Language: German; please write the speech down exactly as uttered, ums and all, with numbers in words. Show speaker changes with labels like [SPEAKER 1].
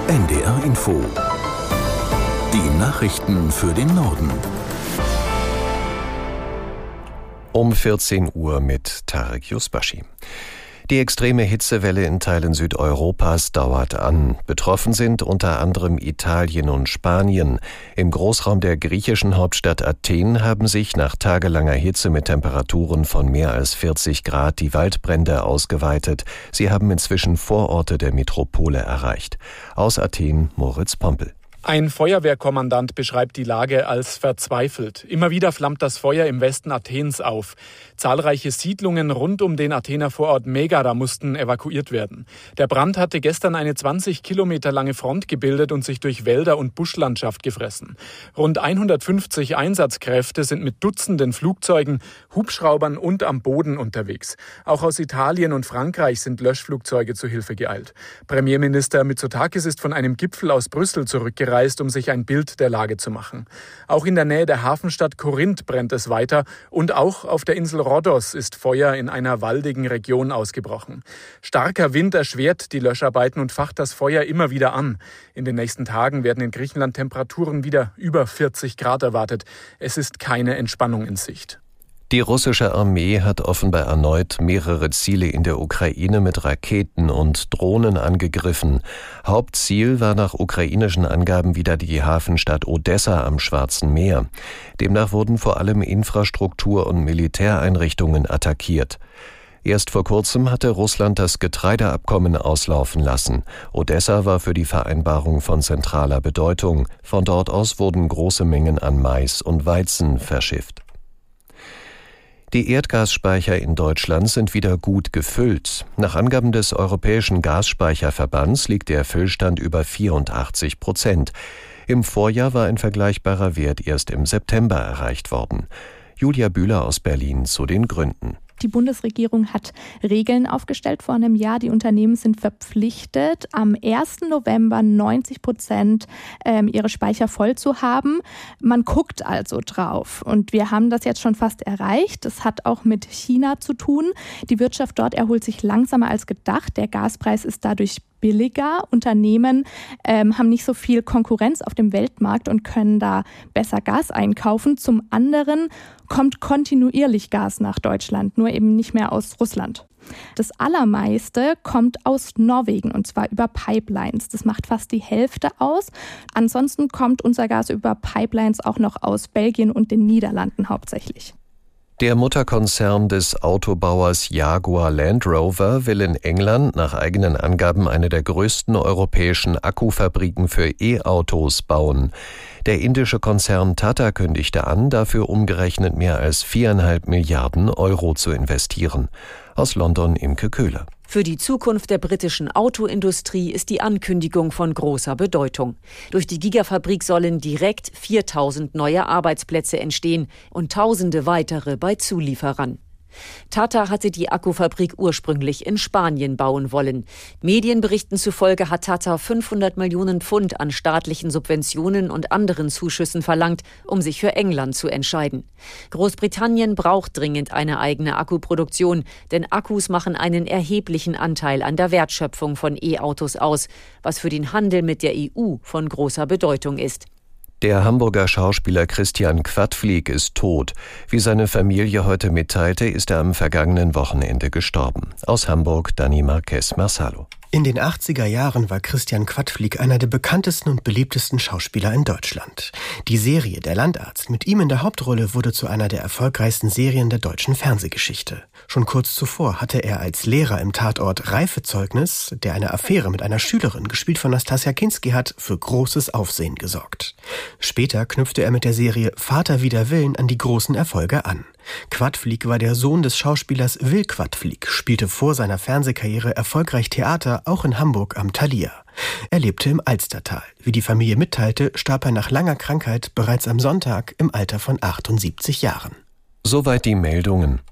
[SPEAKER 1] N D R Info. Die Nachrichten für den Norden.
[SPEAKER 2] Um vierzehn Uhr mit Tarek Yusbashi. Die extreme Hitzewelle in Teilen Südeuropas dauert an. Betroffen sind unter anderem Italien und Spanien. Im Großraum der griechischen Hauptstadt Athen haben sich nach tagelanger Hitze mit Temperaturen von mehr als vierzig Grad die Waldbrände ausgeweitet. Sie haben inzwischen Vororte der Metropole erreicht. Aus Athen Moritz Pompel.
[SPEAKER 3] Ein Feuerwehrkommandant beschreibt die Lage als verzweifelt. Immer wieder flammt das Feuer im Westen Athens auf. Zahlreiche Siedlungen rund um den Athener Vorort Megara mussten evakuiert werden. Der Brand hatte gestern eine zwanzig Kilometer lange Front gebildet und sich durch Wälder und Buschlandschaft gefressen. Rund hundertfünfzig Einsatzkräfte sind mit Dutzenden Flugzeugen, Hubschraubern und am Boden unterwegs. Auch aus Italien und Frankreich sind Löschflugzeuge zu Hilfe geeilt. Premierminister Mitsotakis ist von einem Gipfel aus Brüssel zurückgereist, um sich ein Bild der Lage zu machen. Auch in der Nähe der Hafenstadt Korinth brennt es weiter und auch auf der Insel Rhodos ist Feuer in einer waldigen Region ausgebrochen. Starker Wind erschwert die Löscharbeiten und facht das Feuer immer wieder an. In den nächsten Tagen werden in Griechenland Temperaturen wieder über vierzig Grad erwartet. Es ist keine Entspannung in Sicht.
[SPEAKER 2] Die russische Armee hat offenbar erneut mehrere Ziele in der Ukraine mit Raketen und Drohnen angegriffen. Hauptziel war nach ukrainischen Angaben wieder die Hafenstadt Odessa am Schwarzen Meer. Demnach wurden vor allem Infrastruktur- und Militäreinrichtungen attackiert. Erst vor kurzem hatte Russland das Getreideabkommen auslaufen lassen. Odessa war für die Vereinbarung von zentraler Bedeutung. Von dort aus wurden große Mengen an Mais und Weizen verschifft. Die Erdgasspeicher in Deutschland sind wieder gut gefüllt. Nach Angaben des Europäischen Gasspeicherverbands liegt der Füllstand über vierundachtzig Prozent. Im Vorjahr war ein vergleichbarer Wert erst im September erreicht worden. Julia Bühler aus Berlin zu den Gründen.
[SPEAKER 4] Die Bundesregierung hat Regeln aufgestellt vor einem Jahr. Die Unternehmen sind verpflichtet, am ersten November neunzig Prozent ähm, ihre Speicher voll zu haben. Man guckt also drauf. Und wir haben das jetzt schon fast erreicht. Das hat auch mit China zu tun. Die Wirtschaft dort erholt sich langsamer als gedacht. Der Gaspreis ist dadurch billiger. Unternehmen ähm, haben nicht so viel Konkurrenz auf dem Weltmarkt und können da besser Gas einkaufen. Zum anderen kommt kontinuierlich Gas nach Deutschland, nur eben nicht mehr aus Russland. Das Allermeiste kommt aus Norwegen und zwar über Pipelines. Das macht fast die Hälfte aus. Ansonsten kommt unser Gas über Pipelines auch noch aus Belgien und den Niederlanden hauptsächlich.
[SPEAKER 2] Der Mutterkonzern des Autobauers Jaguar Land Rover will in England nach eigenen Angaben eine der größten europäischen Akkufabriken für E-Autos bauen. Der indische Konzern Tata kündigte an, dafür umgerechnet mehr als viereinhalb Milliarden Euro zu investieren. Aus London Imke Köhler.
[SPEAKER 5] Für die Zukunft der britischen Autoindustrie ist die Ankündigung von großer Bedeutung. Durch die Gigafabrik sollen direkt viertausend neue Arbeitsplätze entstehen und tausende weitere bei Zulieferern. Tata hatte die Akkufabrik ursprünglich in Spanien bauen wollen. Medienberichten zufolge hat Tata fünfhundert Millionen Pfund an staatlichen Subventionen und anderen Zuschüssen verlangt, um sich für England zu entscheiden. Großbritannien braucht dringend eine eigene Akkuproduktion, denn Akkus machen einen erheblichen Anteil an der Wertschöpfung von E-Autos aus, was für den Handel mit der E U von großer Bedeutung ist.
[SPEAKER 2] Der Hamburger Schauspieler Christian Quadflieg ist tot. Wie seine Familie heute mitteilte, ist er am vergangenen Wochenende gestorben. Aus Hamburg Dani Marquez Marsalo.
[SPEAKER 6] In den achtziger Jahren war Christian Quadflieg einer der bekanntesten und beliebtesten Schauspieler in Deutschland. Die Serie Der Landarzt mit ihm in der Hauptrolle wurde zu einer der erfolgreichsten Serien der deutschen Fernsehgeschichte. Schon kurz zuvor hatte er als Lehrer im Tatort Reifezeugnis, der eine Affäre mit einer Schülerin, gespielt von Nastassja Kinski hat, für großes Aufsehen gesorgt. Später knüpfte er mit der Serie Vater wider Willen an die großen Erfolge an. Quadflieg war der Sohn des Schauspielers Will Quadflieg, spielte vor seiner Fernsehkarriere erfolgreich Theater, auch in Hamburg am Thalia. Er lebte im Alstertal. Wie die Familie mitteilte, starb er nach langer Krankheit bereits am Sonntag im Alter von achtundsiebzig Jahren.
[SPEAKER 2] Soweit die Meldungen.